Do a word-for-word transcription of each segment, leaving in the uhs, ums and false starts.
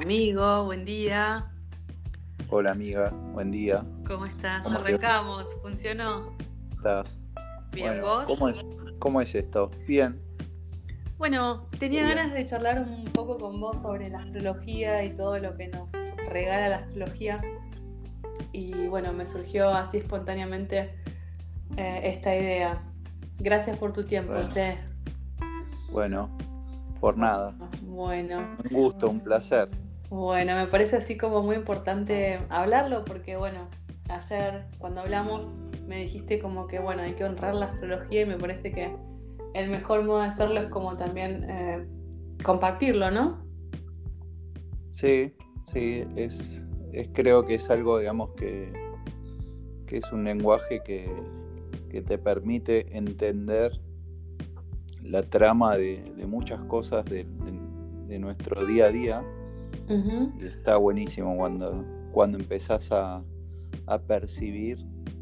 amigo, buen día. Hola amiga, buen día. ¿Cómo estás? ¿Cómo te Arrancamos, ¿funcionó? estás? Bien, Bueno, ¿vos? ¿cómo es, cómo es esto? Bien, Bueno, todo tenía ganas bien. de charlar un poco con vos sobre la astrología y todo lo que nos regala la astrología. Y bueno, me surgió así espontáneamente eh, esta idea. Gracias por tu tiempo, Bueno, che. bueno, por Bueno, nada. bueno, Un gusto, un placer. bueno, me parece así como muy importante hablarlo porque bueno, ayer cuando hablamos me dijiste como que bueno, hay que honrar la astrología y me parece que el mejor modo de hacerlo es como también eh, compartirlo, ¿no? Sí, sí, es, es creo que es algo, digamos, que, que es un lenguaje que, que te permite entender la trama de, de muchas cosas de, de- de nuestro día a día. Ujú. Y está buenísimo cuando, cuando empezás a, a percibir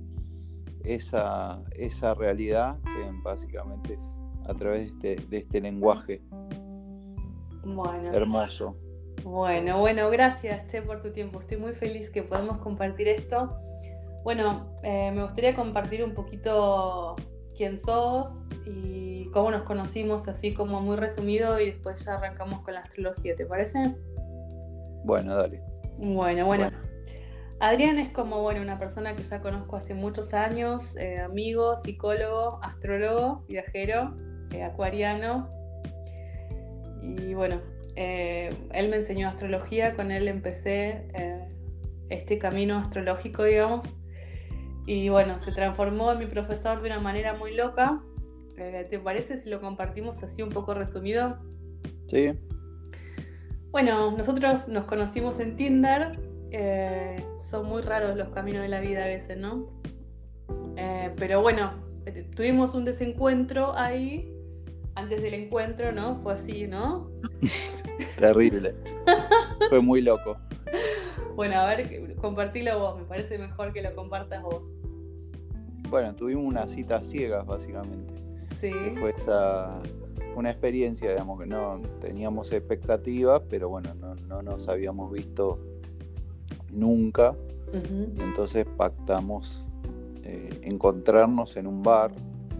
esa, esa realidad que básicamente es a través de este, de este lenguaje Bueno, hermoso. bueno, bueno, gracias, Che, por tu tiempo. Estoy muy feliz que podemos compartir esto. Bueno, eh, me gustaría compartir un poquito quién sos y cómo nos conocimos, así como muy resumido, y después ya arrancamos con la astrología, ¿te parece? Bueno, dale. Bueno, bueno. Bueno, Adrián es como, bueno, una persona que ya conozco hace muchos años, eh, amigo, psicólogo, astrólogo, viajero, eh, acuariano. Y bueno, eh, él me enseñó astrología, con él empecé eh, este camino astrológico, digamos. Y bueno, se transformó en mi profesor de una manera muy loca. Eh, ¿te parece si lo compartimos así un poco resumido? sí, Bueno, nosotros nos conocimos en Tinder. Eh, son muy raros los caminos de la vida a veces, ¿no? Eh, pero bueno, eh, tuvimos un desencuentro ahí. Antes del encuentro, ¿no? Fue así, ¿no? terrible. Fue muy loco. Bueno, a ver, compartilo vos. Me parece mejor que lo compartas vos. Bueno, tuvimos unas citas ciegas básicamente, Sí. que fue esa, fue una experiencia, digamos, que no teníamos expectativas, pero bueno, no, no nos habíamos visto nunca, Uh-huh. y entonces pactamos eh, encontrarnos en un bar,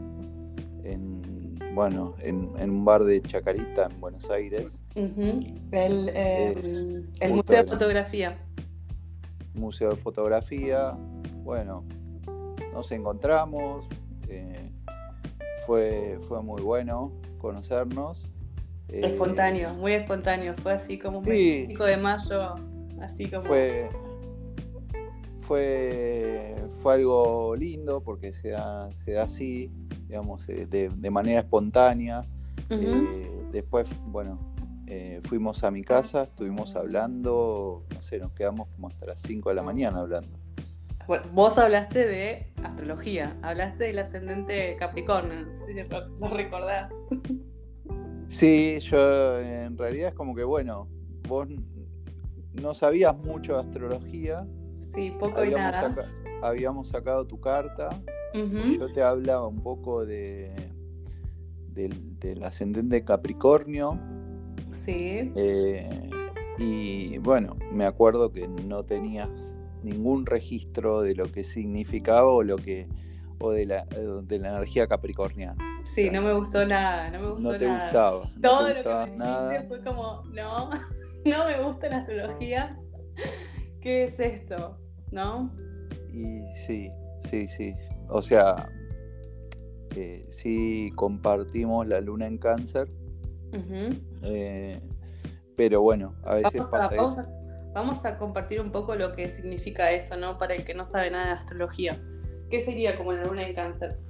en, bueno, en, en un bar de Chacarita, en Buenos Aires, Uh-huh. El, eh, eh, el justo Museo de en el Fotografía. Museo de Fotografía. Bueno, nos encontramos, eh, fue, fue muy bueno conocernos. Espontáneo, Eh, muy espontáneo. Fue así como un sí, veinticinco de mayo, así como... fue, fue, fue algo lindo porque se da, se da así, digamos, eh, de, de manera espontánea. Uh-huh. Eh, después, bueno, eh, fuimos a mi casa, estuvimos hablando, no sé, nos quedamos como hasta las cinco de la mañana hablando. Bueno, vos hablaste de astrología, hablaste del ascendente Capricornio, no sé si lo recordás. Sí, yo en realidad es como que, bueno, vos no sabías mucho de astrología, Sí, poco y habíamos, nada. saca, habíamos sacado tu carta y Uh-huh. yo te hablaba un poco de, del, del ascendente Capricornio. Sí. eh, y bueno, me acuerdo que no tenías ningún registro de lo que significaba o lo que o de la, de la energía capricorniana. O Sí, sea, no me gustó nada, no me no gustó te nada. gustaba, no te Todo lo que gustaba me dijiste nada. fue como, no, no me gusta la astrología. ¿Qué es esto? ¿No? Y sí, sí, sí. O sea, eh, sí compartimos la luna en cáncer, Uh-huh. eh, pero bueno, a veces Vamos a, pasa vamos eso. a, vamos a compartir un poco lo que significa eso, ¿no? Para el que no sabe nada de astrología. ¿Qué sería como la luna en cáncer?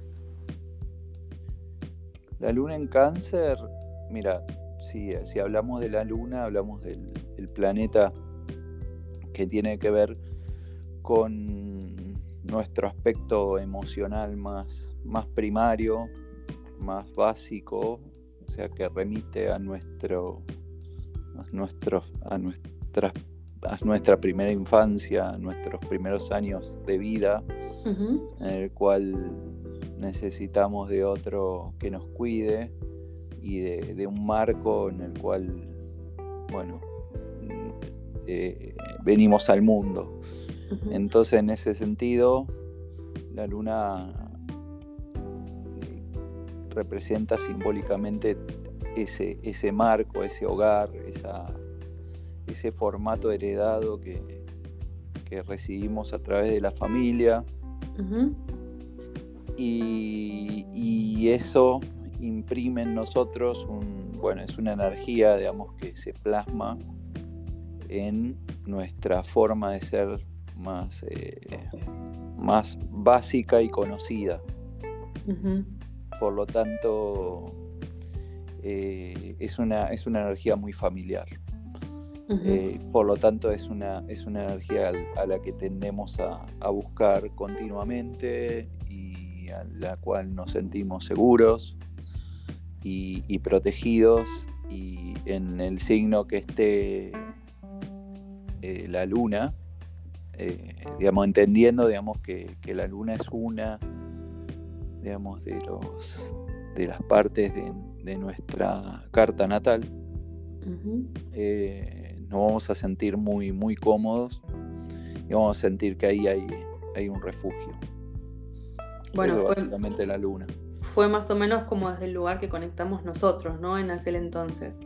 La luna en cáncer, mira, si, si hablamos de la luna, hablamos del, del planeta que tiene que ver con nuestro aspecto emocional más, más primario, más básico, o sea, que remite a nuestro, a nuestro, a nuestra, a nuestra primera infancia, a nuestros primeros años de vida, Uh-huh. en el cual necesitamos de otro que nos cuide y de, de un marco en el cual, bueno, eh, venimos al mundo. Ujú. Entonces, en ese sentido, la luna representa simbólicamente ese, ese marco, ese hogar, esa, ese formato heredado que, que recibimos a través de la familia. Ujú. Y, y eso imprime en nosotros un, bueno, es una energía, digamos, que se plasma en nuestra forma de ser más, eh, más básica y conocida. Ujú. Por lo tanto, eh, es una, es una energía muy familiar. Ujú. Eh, por lo tanto, es una, es una energía a la que tendemos a, a buscar continuamente y a la cual nos sentimos seguros y, y protegidos. Y en el signo que esté eh, la luna, eh, digamos, entendiendo, digamos, que, que la luna es una, digamos, de los de las partes de, de nuestra carta natal, Ujú. eh, nos vamos a sentir muy, muy cómodos y vamos a sentir que ahí hay, hay un refugio. Bueno, Eso fue, básicamente la luna. fue más o menos como desde el lugar que conectamos nosotros, ¿no? En aquel entonces.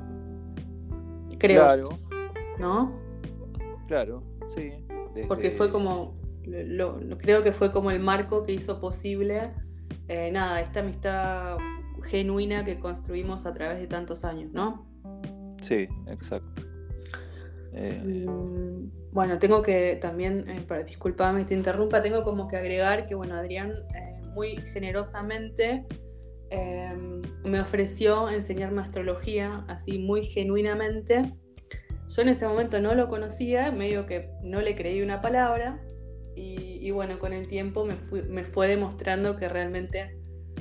Creo, Claro, ¿no? claro, sí. Porque fue Desde, como, lo, lo- creo que fue como el marco que hizo posible, eh, nada, esta amistad genuina que construimos a través de tantos años, ¿no? sí, exacto. Eh, Y, bueno, tengo que también, eh, para disculparme, te interrumpa, tengo como que agregar que, bueno, Adrián eh, muy generosamente eh, me ofreció enseñarme astrología, así muy genuinamente. Yo en ese momento no lo conocía, medio que no le creí una palabra, y, y bueno, con el tiempo me, fui, me fue demostrando que realmente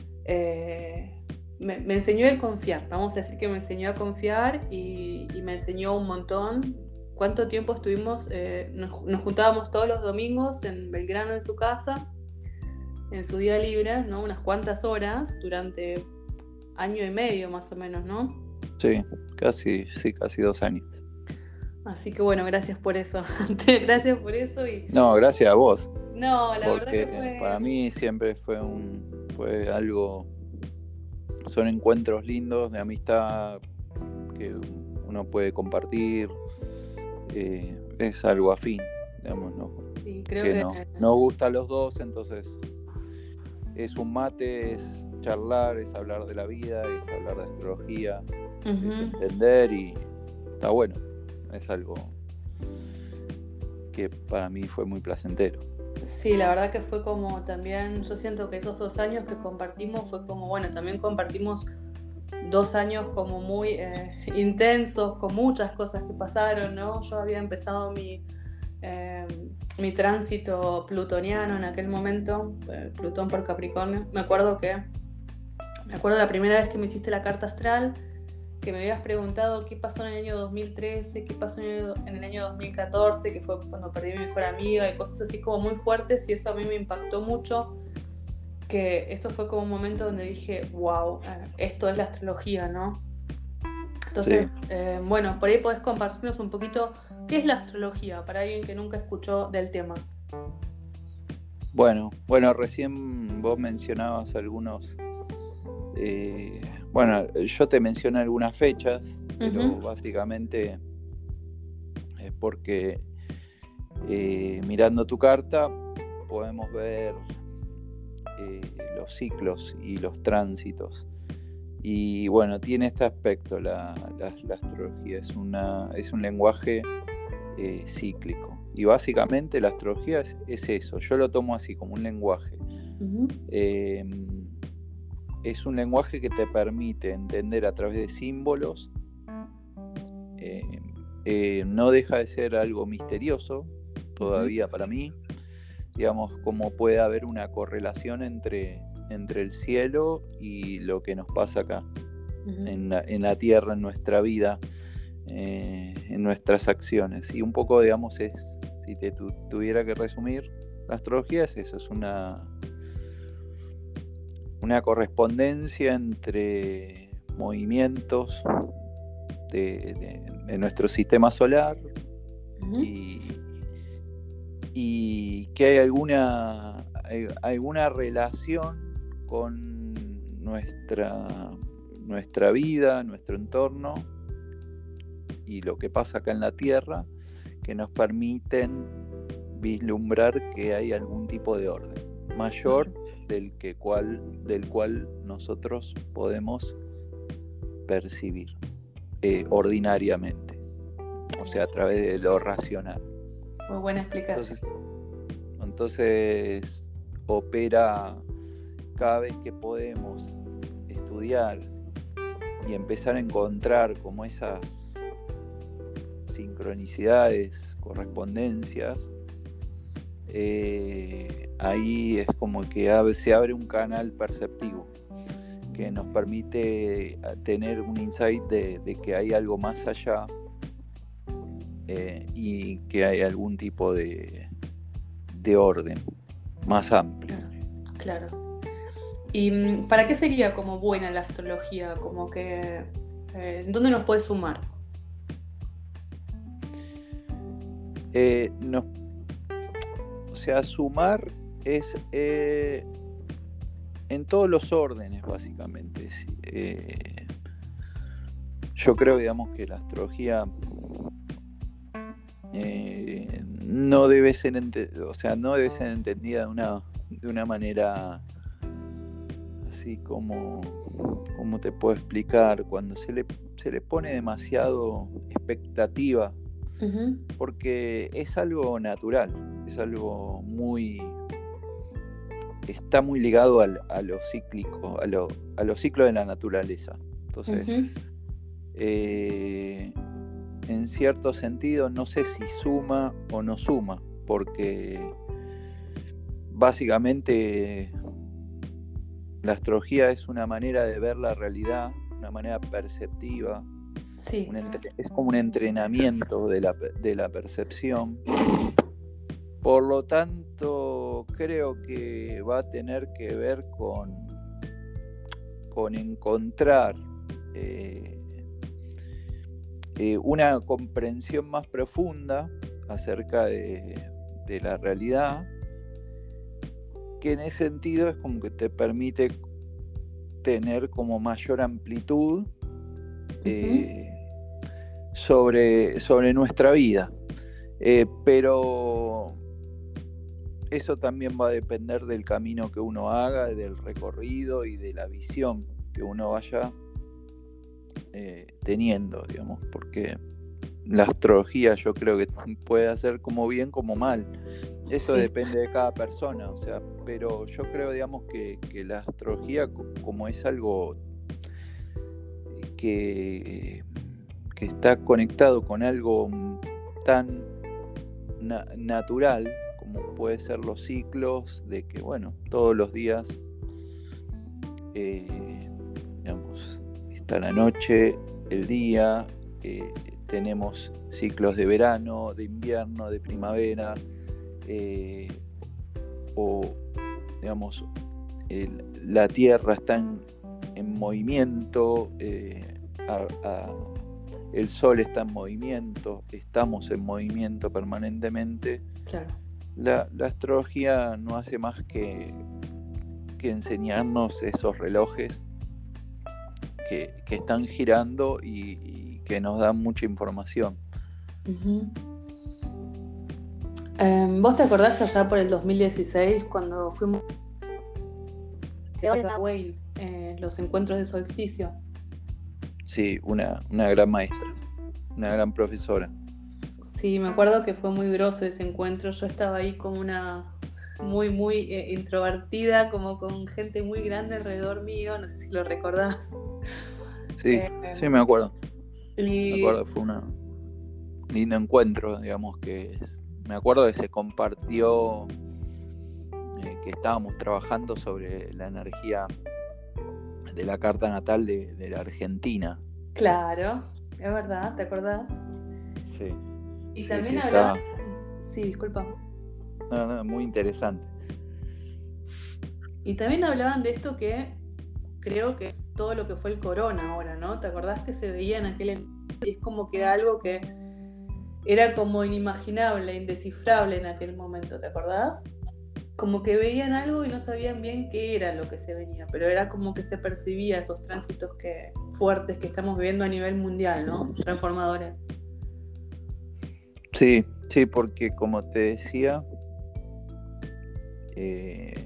eh, me, me enseñó a confiar, vamos a decir que me enseñó a confiar y, y me enseñó un montón. ¿Cuánto tiempo estuvimos? Eh, nos, nos juntábamos todos los domingos en Belgrano, en su casa, en su día libre, ¿no? Unas cuantas horas durante año y medio más o menos, ¿no? sí, casi, sí, casi dos años. Así que bueno, gracias por eso. Gracias por eso y... No, gracias a vos. No, la verdad que Porque fue... para mí siempre fue un fue algo, son encuentros lindos de amistad que uno puede compartir, eh, es algo afín, digamos, ¿no? Sí, creo que que... nos, nos gusta a los dos, entonces es un mate, es charlar, es hablar de la vida, es hablar de astrología, Uh-huh. es entender y está bueno, es algo que para mí fue muy placentero. Sí, la verdad que fue como también, yo siento que esos dos años que compartimos fue como, bueno, también compartimos dos años como muy eh, intensos, con muchas cosas que pasaron, ¿no? Yo había empezado mi, eh, mi tránsito plutoniano en aquel momento, eh, Plutón por Capricornio. Me acuerdo que, me acuerdo la primera vez que me hiciste la carta astral, que me habías preguntado qué pasó en el año dos mil trece, qué pasó en el, en el año dos mil catorce, que fue cuando perdí a mi mejor amiga y cosas así como muy fuertes, y eso a mí me impactó mucho, que eso fue como un momento donde dije, wow, eh, esto es la astrología, ¿no? Entonces, Sí. eh, bueno, por ahí podés compartirnos un poquito qué es la astrología para alguien que nunca escuchó del tema. Bueno, bueno, recién vos mencionabas algunos, eh, bueno, yo te mencioné algunas fechas, pero Uh-huh. básicamente es porque eh, mirando tu carta podemos ver eh, los ciclos y los tránsitos. Y bueno, tiene este aspecto la, la, la astrología, es, una, es un lenguaje eh, cíclico. Y básicamente la astrología es, es eso, yo lo tomo así como un lenguaje. Uh-huh. Eh, es un lenguaje que te permite entender a través de símbolos. Eh, eh, no deja de ser algo misterioso todavía uh-huh. para mí, digamos, como puede haber una correlación entre, entre el cielo y lo que nos pasa acá, uh-huh. en, la, en la tierra, en nuestra vida, eh, en nuestras acciones. Y un poco, digamos, es, si te tu, tuviera que resumir, la astrología es eso, es una, una correspondencia entre movimientos de, de, de nuestro sistema solar Ujú. y, y que hay alguna, hay alguna relación con nuestra, nuestra vida, nuestro entorno y lo que pasa acá en la Tierra, que nos permiten vislumbrar que hay algún tipo de orden mayor del, que cual, del cual nosotros podemos percibir eh, ordinariamente, o sea, a través de lo racional. Muy buena explicación. Entonces, entonces opera cada vez que podemos estudiar y empezar a encontrar como esas sincronicidades, correspondencias, eh, ahí es como que abre, se abre un canal perceptivo que nos permite tener un insight de, de que hay algo más allá eh, y que hay algún tipo de, de orden más amplio. Claro. ¿Y para qué sería como buena la astrología? Como que, eh, ¿dónde nos puede sumar? Eh, nos, o sea, sumar es eh, en todos los órdenes, básicamente. Eh, yo creo, digamos, que la astrología eh, no debe ser, ente- o sea, no debe ser entendida de una, de una manera así como, como te puedo explicar, cuando se le, se le pone demasiado expectativa, Uh-huh. porque es algo natural, es algo muy, está muy ligado al, a lo cíclico, a lo, a los ciclos de la naturaleza. Entonces, Uh-huh. eh, en cierto sentido, no sé si suma o no suma, porque básicamente la astrología es una manera de ver la realidad, una manera perceptiva. Sí. Un entre, es como un entrenamiento de la, de la percepción. Por lo tanto, creo que va a tener que ver con, con encontrar eh, eh, una comprensión más profunda acerca de, de la realidad, que en ese sentido es como que te permite tener como mayor amplitud eh, uh-huh. sobre, sobre nuestra vida. Eh, pero eso también va a depender del camino que uno haga, del recorrido y de la visión que uno vaya eh, teniendo, digamos, porque la astrología yo creo que puede hacer como bien como mal. Eso sí. Depende de cada persona, o sea, pero yo creo, digamos, que, que la astrología, como es algo que, que está conectado con algo tan na- natural como puede ser los ciclos, de que, bueno, todos los días, eh, digamos, está la noche, el día, eh, tenemos ciclos de verano, de invierno, de primavera, eh, o, digamos, el, la Tierra está en, en movimiento, eh, a, a, el Sol está en movimiento, estamos en movimiento permanentemente. Claro. La, la astrología no hace más que, que enseñarnos esos relojes que, que están girando y, y que nos dan mucha información. Uh-huh. Eh, ¿Vos te acordás allá por el dos mil dieciséis cuando fuimos a Wayne, eh, los encuentros de solsticio? Sí, una, una gran maestra, una gran profesora. Sí, me acuerdo que fue muy groso ese encuentro. Yo estaba ahí como una muy, muy eh, introvertida, como con gente muy grande alrededor mío. No sé si lo recordás. Sí, eh, sí, me acuerdo. Y... Me acuerdo, fue un lindo encuentro, digamos, que es, me acuerdo que se compartió eh, que estábamos trabajando sobre la energía de la carta natal de, de la Argentina. Claro, es verdad, ¿te acordás? Sí. Y sí, también sí, hablaban... está... Sí, disculpa. No, no, muy interesante. Y también hablaban de esto que creo que es todo lo que fue el corona ahora, ¿no? ¿Te acordás que se veía en aquel entonces? Y es como que era algo que era como inimaginable, indescifrable en aquel momento, ¿te acordás? Como que veían algo y no sabían bien qué era lo que se venía, pero era como que se percibía esos tránsitos que, fuertes que estamos viviendo a nivel mundial, ¿no? Transformadores. Sí, sí, porque como te decía, eh,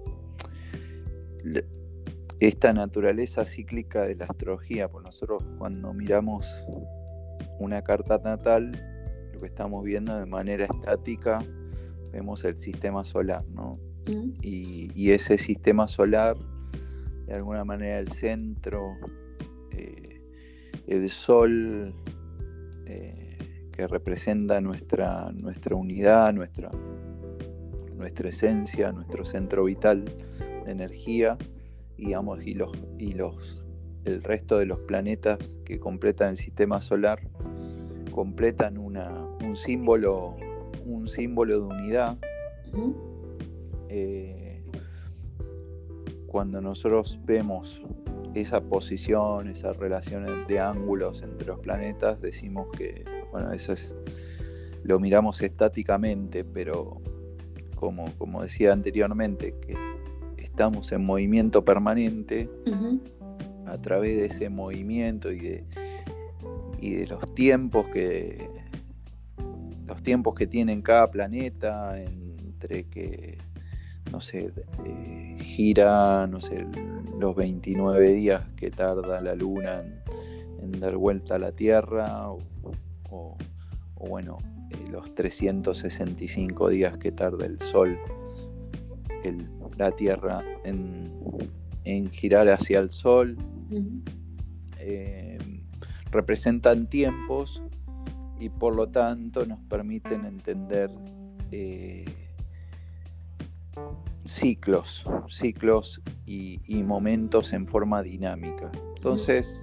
esta naturaleza cíclica de la astrología, pues nosotros cuando miramos una carta natal, lo que estamos viendo de manera estática, vemos el sistema solar, ¿no? Mm. Y, y ese sistema solar, de alguna manera el centro, eh, el sol, eh, que representa nuestra, nuestra unidad, nuestra, nuestra esencia, nuestro centro vital de energía, digamos, y los, y los el resto de los planetas que completan el sistema solar completan una, un símbolo, un símbolo de unidad. Uh-huh. Eh, cuando nosotros vemos esa posición, esas relaciones de ángulos entre los planetas, decimos que, bueno, eso es, lo miramos estáticamente, pero como, como decía anteriormente, que estamos en movimiento permanente. Uh-huh. A través de ese movimiento y de, y de los tiempos que los tiempos que tiene cada planeta, entre que, no sé, eh, gira, no sé, los veintinueve días que tarda la Luna en, en dar vuelta a la Tierra, o, o, o bueno, eh, los trescientos sesenta y cinco días que tarda el Sol, el, la Tierra en, en girar hacia el Sol. Uh-huh. eh, representan tiempos y por lo tanto nos permiten entender eh, ciclos, ciclos y, y momentos en forma dinámica. Entonces,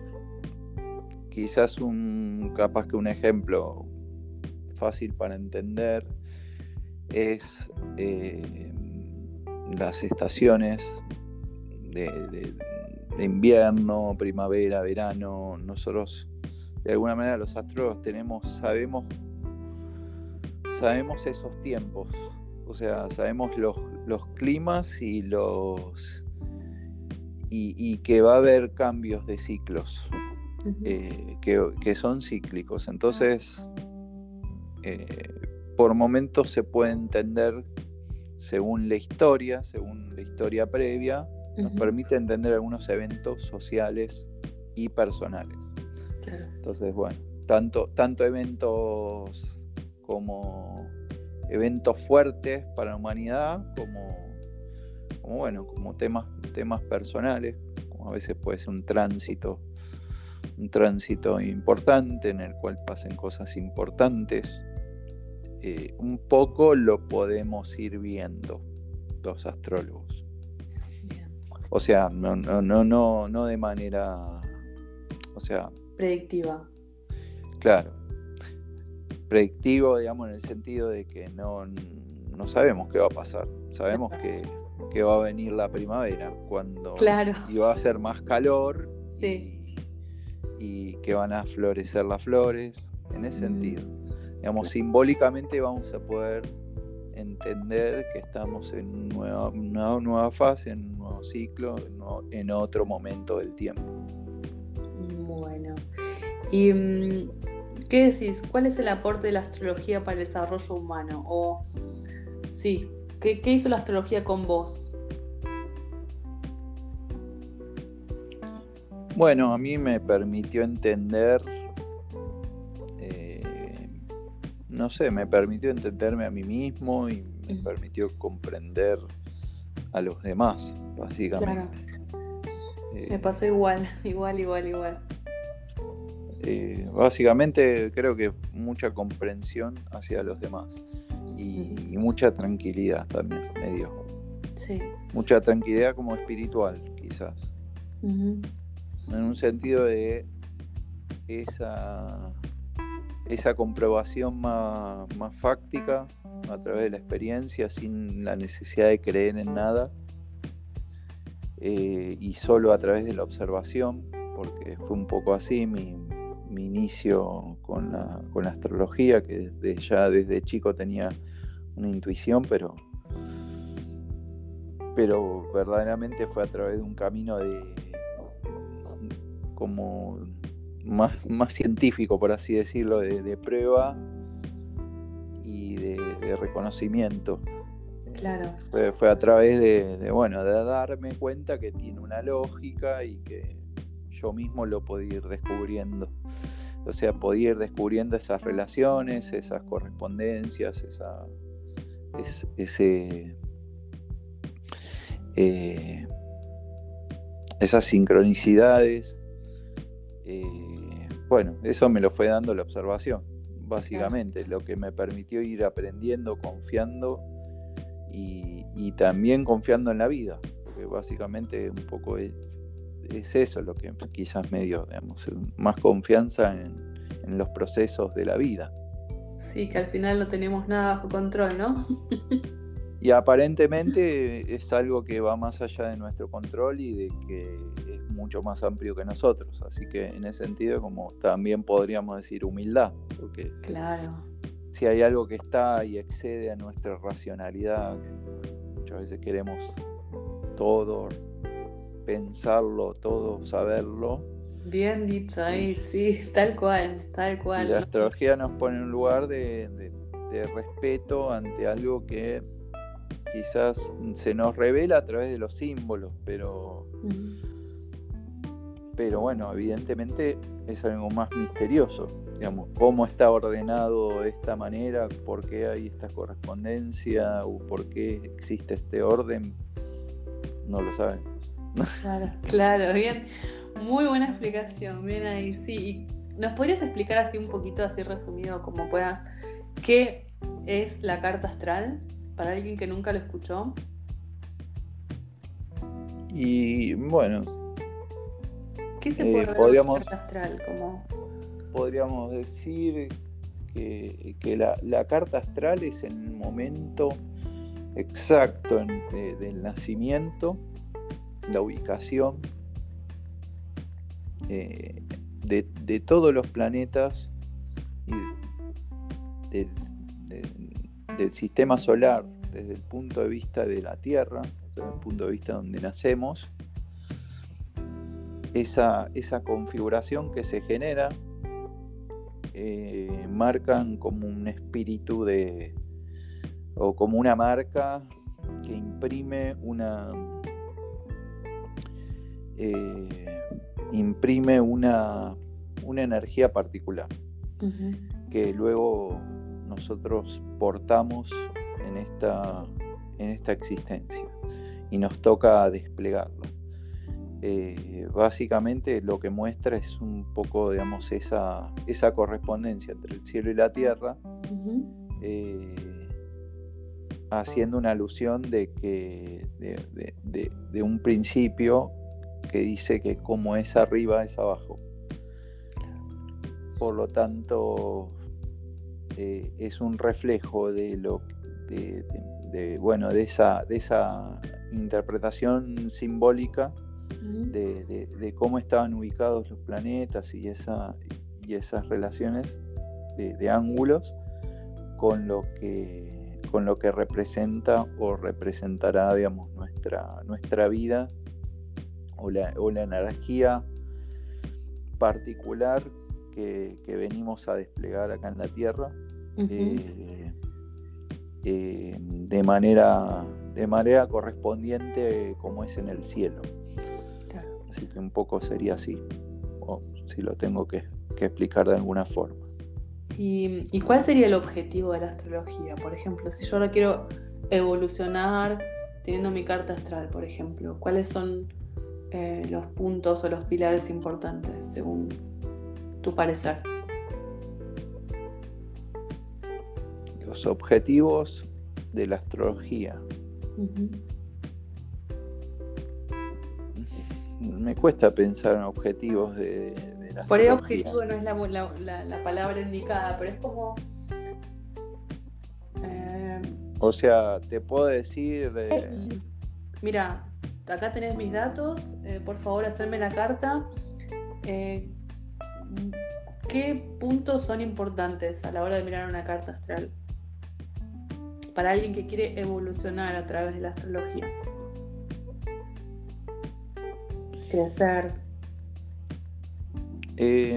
quizás un, capaz que un ejemplo fácil para entender es eh, las estaciones de, de, de invierno, primavera, verano. Nosotros, de alguna manera, los astrólogos tenemos, sabemos, sabemos esos tiempos. O sea, sabemos los, los climas y los y, y que va a haber cambios de ciclos, uh-huh. eh, que, que son cíclicos. Entonces, eh, por momentos se puede entender según la historia, según la historia previa, nos uh-huh. permite entender algunos eventos sociales y personales. Claro. Entonces, bueno, tanto, tanto eventos como eventos fuertes para la humanidad, como, como bueno, como temas, temas personales, como a veces puede ser un tránsito, un tránsito importante en el cual pasen cosas importantes. Eh, un poco lo podemos ir viendo los astrólogos. O sea, no, no, no, no, no de manera, o sea, predictiva. Claro. Predictivo, digamos, en el sentido de que no, no sabemos qué va a pasar. Sabemos que, que va a venir la primavera, cuando claro. y va a hacer más calor, sí. y, y que van a florecer las flores. En ese mm. sentido, digamos, claro. Simbólicamente vamos a poder entender que estamos en una nueva, una nueva fase, en un nuevo ciclo, en, nuevo, en otro momento del tiempo. Bueno, y ¿qué decís? ¿Cuál es el aporte de la astrología para el desarrollo humano? O sí, ¿qué, qué hizo la astrología con vos? Bueno, a mí me permitió entender, eh, no sé, me permitió entenderme a mí mismo y me mm. permitió comprender a los demás, básicamente. Claro. Eh, me pasó igual, igual, igual, igual. Eh, básicamente creo que mucha comprensión hacia los demás y, y mucha tranquilidad también me dio. Sí. Mucha tranquilidad como espiritual, quizás. Uh-huh. En un sentido de esa, esa comprobación más, más fáctica a través de la experiencia, sin la necesidad de creer en nada, eh, y solo a través de la observación, porque fue un poco así mi mi inicio con la, con la astrología, que desde, ya desde chico tenía una intuición, pero, pero verdaderamente fue a través de un camino de como más, más científico, por así decirlo, de, de prueba y de, de reconocimiento. Claro. Fue, fue a través de, de, bueno, de darme cuenta que tiene una lógica y que yo mismo lo podía ir descubriendo. O sea, podía ir descubriendo esas relaciones, esas correspondencias, esa, es, ese, eh, esas sincronicidades. Eh, bueno, eso me lo fue dando la observación, básicamente, claro. Lo que me permitió ir aprendiendo, confiando y, y también confiando en la vida, porque básicamente un poco es, es eso lo que quizás me dio, digamos, más confianza en, en los procesos de la vida. Sí, que al final no tenemos nada bajo control, ¿no? Y aparentemente es algo que va más allá de nuestro control y de que es mucho más amplio que nosotros. Así que en ese sentido, como también podríamos decir humildad, porque claro. Si hay algo que está y excede a nuestra racionalidad, que muchas veces queremos todo, pensarlo, todo, saberlo. Bien dicho ahí, sí, tal cual, tal cual. Y la astrología nos pone en un lugar de, de, de respeto ante algo que quizás se nos revela a través de los símbolos, pero, uh-huh. pero bueno, evidentemente es algo más misterioso, digamos, cómo está ordenado de esta manera, por qué hay esta correspondencia, o por qué existe este orden, no lo sabemos. Claro, claro, bien, muy buena explicación, bien ahí, sí. ¿Nos podrías explicar así un poquito, así resumido, como puedas, qué es la carta astral? Para alguien que nunca lo escuchó. Y bueno, ¿qué se puede eh, ver podríamos, en la carta astral? Como... podríamos decir que, que la, la carta astral es el momento exacto en, de, del nacimiento, la ubicación eh, de, de todos los planetas y del, de, del sistema solar desde el punto de vista de la Tierra, desde el punto de vista donde nacemos, esa, esa configuración que se genera eh, marcan como un espíritu de, o como una marca que imprime una eh, imprime una, una energía particular, uh-huh. que luego nosotros portamos en esta, en esta existencia y nos toca desplegarlo. Eh, básicamente lo que muestra es un poco, digamos, esa, esa correspondencia entre el cielo y la tierra, uh-huh. eh, haciendo una alusión de que de, de, de, de un principio que dice que como es arriba es abajo. Por lo tanto, eh, es un reflejo de lo de, de, de bueno de esa de esa interpretación simbólica uh-huh. de, de, de cómo estaban ubicados los planetas y esa y esas relaciones de, de ángulos con lo que con lo que representa o representará, digamos, nuestra nuestra vida o la, o la energía particular que, que venimos a desplegar acá en la Tierra, uh-huh. eh, eh, de manera de manera correspondiente como es en el cielo. Claro. Así que un poco sería así, o si lo tengo que, que explicar de alguna forma. ¿Y, ¿Y cuál sería el objetivo de la astrología? Por ejemplo, si yo ahora quiero evolucionar teniendo mi carta astral, por ejemplo, ¿cuáles son eh, los puntos o los pilares importantes según tu parecer? Los objetivos de la astrología. Uh-huh. Me cuesta pensar en objetivos de, de la Por ahí astrología. objetivo no es la, la, la, la palabra indicada, pero es como... Eh, o sea, te puedo decir... Eh, mira, acá tenés mis datos, eh, por favor hacerme la carta. Eh, ¿qué puntos son importantes a la hora de mirar una carta astral? Para alguien que quiere evolucionar a través de la astrología. Crecer. Eh,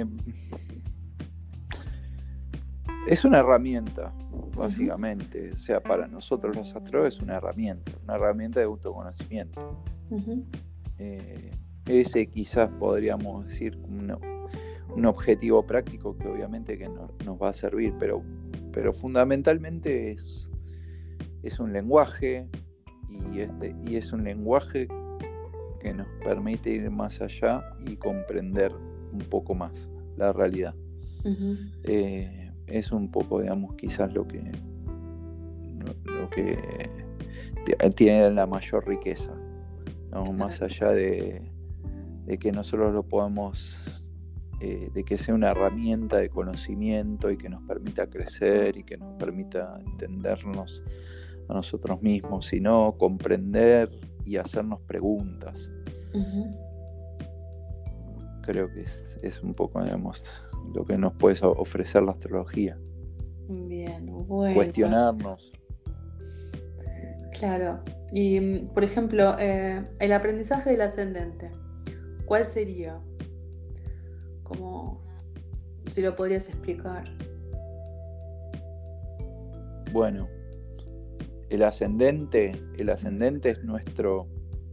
es una herramienta, básicamente. Uh-huh. O sea, para nosotros los astrólogos es una herramienta, una herramienta de autoconocimiento. Uh-huh. Eh, ese quizás podríamos decir un, un objetivo práctico que obviamente que no, nos va a servir, pero, pero fundamentalmente es, es un lenguaje y, este, y es un lenguaje que nos permite ir más allá y comprender un poco más la realidad. Uh-huh. Eh, es un poco, digamos, quizás lo que lo, lo que t- tiene la mayor riqueza, ¿no? Más allá de, de que nosotros lo podamos, eh, de que sea una herramienta de conocimiento y que nos permita crecer y que nos permita entendernos a nosotros mismos, sino comprender y hacernos preguntas. Uh-huh. Creo que es, es un poco, digamos, lo que nos puede ofrecer la astrología. Bien, bueno. Cuestionarnos. Claro. Y, por ejemplo, eh, el aprendizaje del ascendente, ¿cuál sería? Como, si lo podrías explicar. Bueno, el ascendente, el ascendente es nuestro...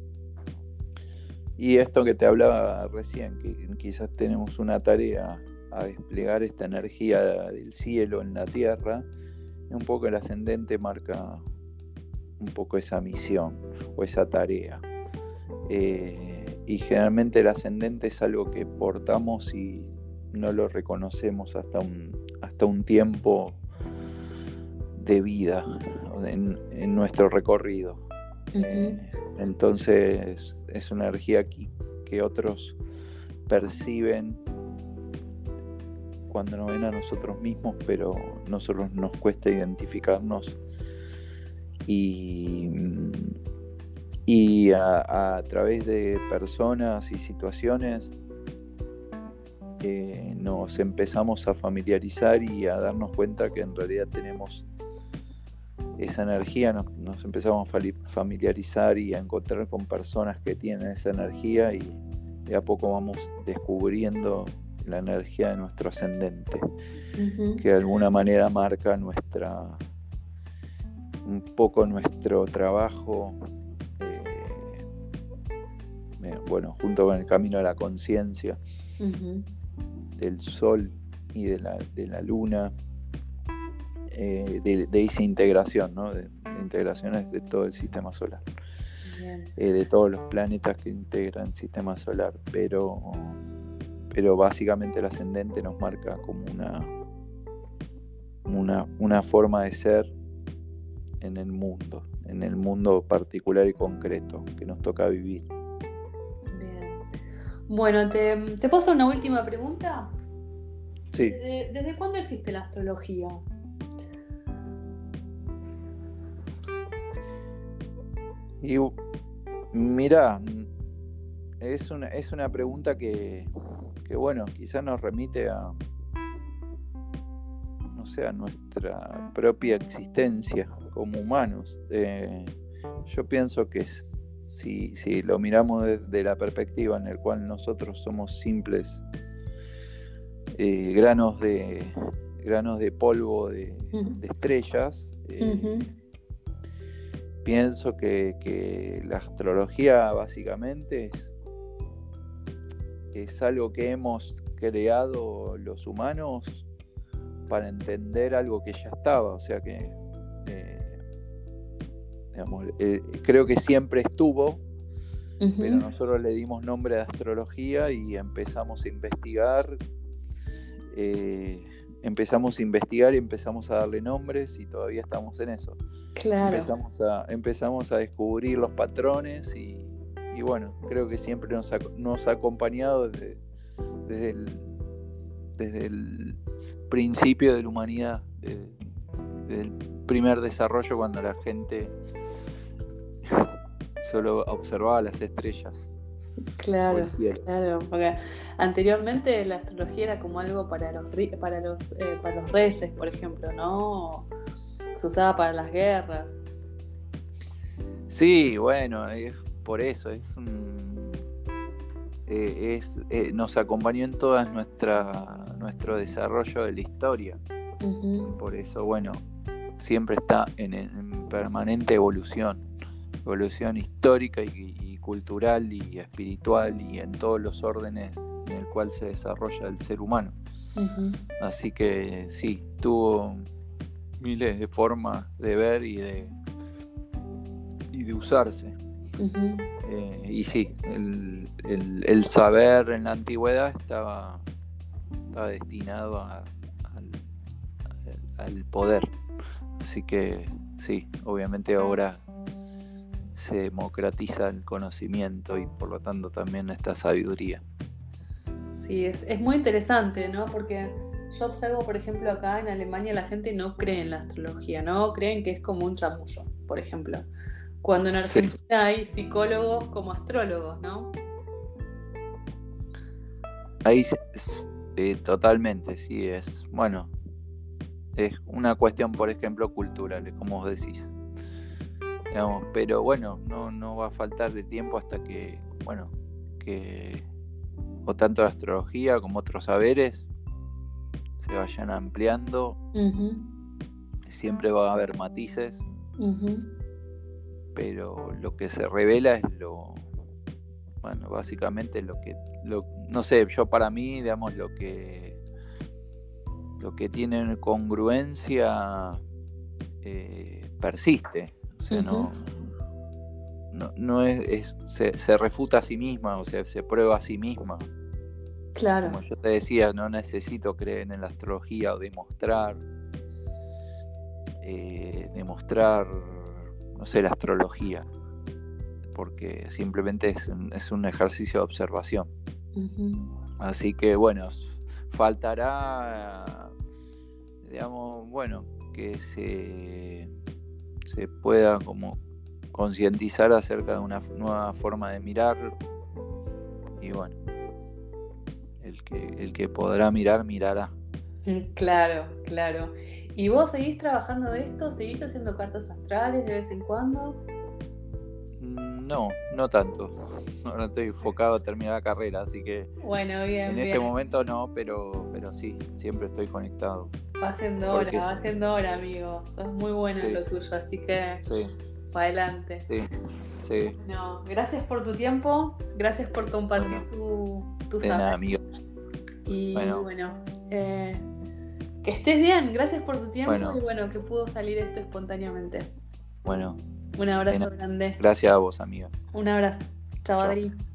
Y esto que te hablaba recién, que quizás tenemos una tarea a desplegar esta energía del cielo en la tierra, un poco el ascendente marca un poco esa misión o esa tarea. Eh, y generalmente el ascendente es algo que portamos y no lo reconocemos hasta un, hasta un tiempo de vida en, en nuestro recorrido. Uh-huh. Eh, entonces es una energía que, que otros perciben cuando nos ven a nosotros mismos, pero nosotros nos cuesta identificarnos y, y a, a través de personas y situaciones eh, nos empezamos a familiarizar y a darnos cuenta que en realidad tenemos esa energía, nos, nos empezamos a familiarizar y a encontrar con personas que tienen esa energía y de a poco vamos descubriendo la energía de nuestro ascendente, uh-huh. que de alguna manera marca nuestra un poco nuestro trabajo, eh, eh, bueno, junto con el camino de la conciencia, uh-huh. del sol y de la, de la luna, eh, de, de esa integración, ¿no? de, de integraciones de todo el sistema solar, eh, de todos los planetas que integran el sistema solar, pero pero básicamente el ascendente nos marca como una, una, una forma de ser en el mundo, en el mundo particular y concreto que nos toca vivir. Bien. Bueno, ¿te, te puedo hacer una última pregunta? Sí. ¿Desde, ¿desde cuándo existe la astrología? Y mira, es una, es una pregunta que, que bueno, quizás nos remite a, no sé, a nuestra propia existencia como humanos. Eh, yo pienso que si, si lo miramos desde la perspectiva en la cual nosotros somos simples eh, granos de granos de polvo de, uh-huh. de estrellas, eh, uh-huh. pienso que, que la astrología básicamente es es algo que hemos creado los humanos para entender algo que ya estaba, o sea que eh, digamos, eh, creo que siempre estuvo, uh-huh. pero nosotros le dimos nombre de astrología y empezamos a investigar, eh, empezamos a investigar y empezamos a darle nombres y todavía estamos en eso. Claro. Empezamos a, empezamos a descubrir los patrones y Y bueno, creo que siempre nos ha, nos ha acompañado desde, desde, el, desde el principio de la humanidad, desde, desde el primer desarrollo, cuando la gente solo observaba las estrellas. o Claro, el cielo. claro, porque anteriormente la astrología era como algo para los ri- para los eh, para los reyes, por ejemplo, ¿no? Se usaba para las guerras. Sí, bueno, es por eso, es un, eh, es, eh, nos acompañó en todo nuestra, nuestro desarrollo de la historia. Ujú. Por eso, bueno, siempre está en, en permanente evolución, evolución histórica y, y cultural y espiritual y en todos los órdenes en el cual se desarrolla el ser humano. Ujú. Así que sí, tuvo miles de formas de ver y de, y de usarse. Ujú. Eh, y sí, el, el, el saber en la antigüedad estaba, estaba destinado a, al, al poder. Así que sí, obviamente ahora se democratiza el conocimiento y por lo tanto también esta sabiduría. Sí, es, es muy interesante, ¿no? Porque yo observo, por ejemplo, acá en Alemania la gente no cree en la astrología, ¿no? Creen que es como un chamullo, por ejemplo. Cuando en Sí, Argentina hay psicólogos como astrólogos, ¿no? ahí eh, totalmente, sí, es, bueno, es una cuestión, por ejemplo, cultural, como vos decís. Digamos, pero bueno, no, no va a faltar de tiempo hasta que, bueno, que o tanto la astrología como otros saberes se vayan ampliando. Ujú. Siempre va a haber matices, Ujú. pero lo que se revela es lo, bueno, básicamente lo que, lo, no sé, yo para mí, digamos, lo que, lo que tiene congruencia eh, persiste, o sea, Ujú. no, no, no es, es se, se refuta a sí misma, o sea, se prueba a sí misma. Claro. Como yo te decía, no necesito creer en la astrología o demostrar, eh, demostrar, no sé, la astrología, porque simplemente es un, es un ejercicio de observación. Ujú. Así que bueno, faltará, digamos, bueno, que se, se pueda como concientizar acerca de una nueva forma de mirar y bueno, el que, el que podrá mirar, mirará. Claro, claro. ¿Y vos seguís trabajando de esto? ¿Seguís haciendo cartas astrales de vez en cuando? No, no tanto. Ahora estoy enfocado a terminar la carrera, así que Bueno, en bien, este bien. momento no, pero, pero sí, siempre estoy conectado. Va siendo hora, Porque va siendo hora, amigo. Sos muy bueno en sí, lo tuyo, así que sí, para adelante. sí, sí. No, gracias por tu tiempo, gracias por compartir Bueno, tu, tu de nada, saber. amigo. Y Bueno, bueno, eh, que estés bien, gracias por tu tiempo y bueno, bueno, que pudo salir esto espontáneamente. bueno, Un de abrazo nada. grande. Gracias a vos, amiga. Un abrazo. Chao, Chao. Adri.